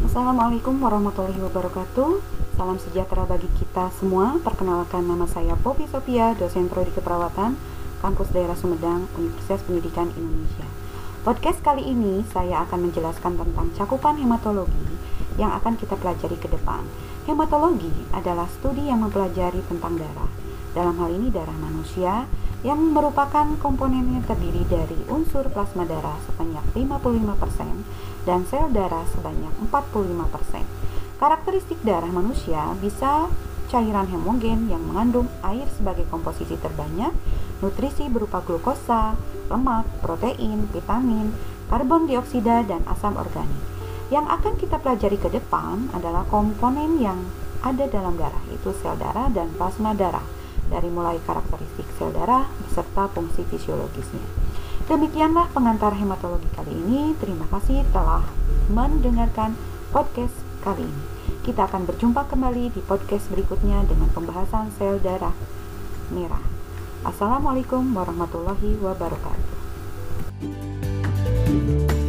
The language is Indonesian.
Assalamualaikum warahmatullahi wabarakatuh. Salam sejahtera bagi kita semua. Perkenalkan, nama saya Poppy Sophia, dosen prodi keperawatan Kampus Daerah Sumedang, Universitas Pendidikan Indonesia. Podcast kali ini saya akan menjelaskan tentang cakupan hematologi yang akan kita pelajari ke depan. Hematologi adalah studi yang mempelajari tentang darah. Dalam hal ini darah manusia yang merupakan komponennya terdiri dari unsur plasma darah sebanyak 55% dan sel darah sebanyak 45%. Karakteristik darah manusia bisa cairan hemogen yang mengandung air sebagai komposisi terbanyak, nutrisi berupa glukosa, lemak, protein, vitamin, karbon dioksida, dan asam organik. Yang akan kita pelajari ke depan adalah komponen yang ada dalam darah, yaitu sel darah dan plasma darah, dari mulai karakteristik sel darah beserta fungsi fisiologisnya. Demikianlah pengantar hematologi kali ini. Terima kasih telah mendengarkan podcast kali ini. Kita akan berjumpa kembali di podcast berikutnya dengan pembahasan sel darah merah. Assalamualaikum warahmatullahi wabarakatuh.